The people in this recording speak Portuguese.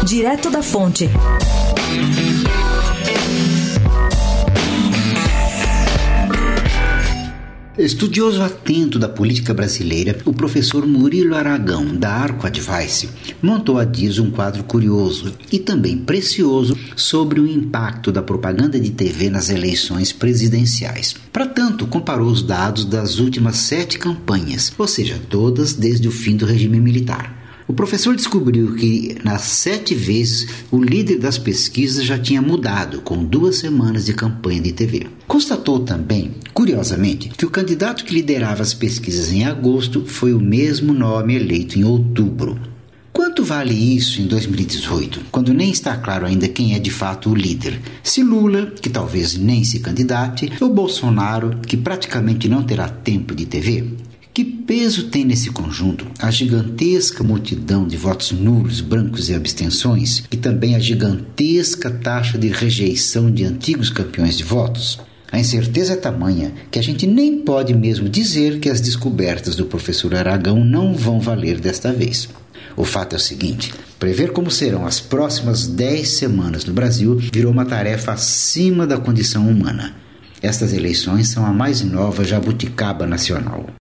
Direto da Fonte. Estudioso atento da política brasileira, o professor Murilo Aragão, da Arco Advice, montou há dias um quadro curioso e também precioso sobre o impacto da propaganda de TV nas eleições presidenciais. Para tanto, comparou os dados das últimas 7 campanhas, ou seja, todas desde o fim do regime militar. O professor descobriu que, nas 7 vezes, o líder das pesquisas já tinha mudado, com 2 semanas de campanha de TV. Constatou também, curiosamente, que o candidato que liderava as pesquisas em agosto foi o mesmo nome eleito em outubro. Quanto vale isso em 2018, quando nem está claro ainda quem é de fato o líder? Se Lula, que talvez nem se candidate, ou Bolsonaro, que praticamente não terá tempo de TV? Que peso tem nesse conjunto a gigantesca multidão de votos nulos, brancos e abstenções, e também a gigantesca taxa de rejeição de antigos campeões de votos? A incerteza é tamanha que a gente nem pode mesmo dizer que as descobertas do professor Aragão não vão valer desta vez. O fato é o seguinte: prever como serão as próximas 10 semanas no Brasil virou uma tarefa acima da condição humana. Estas eleições são a mais nova jabuticaba nacional.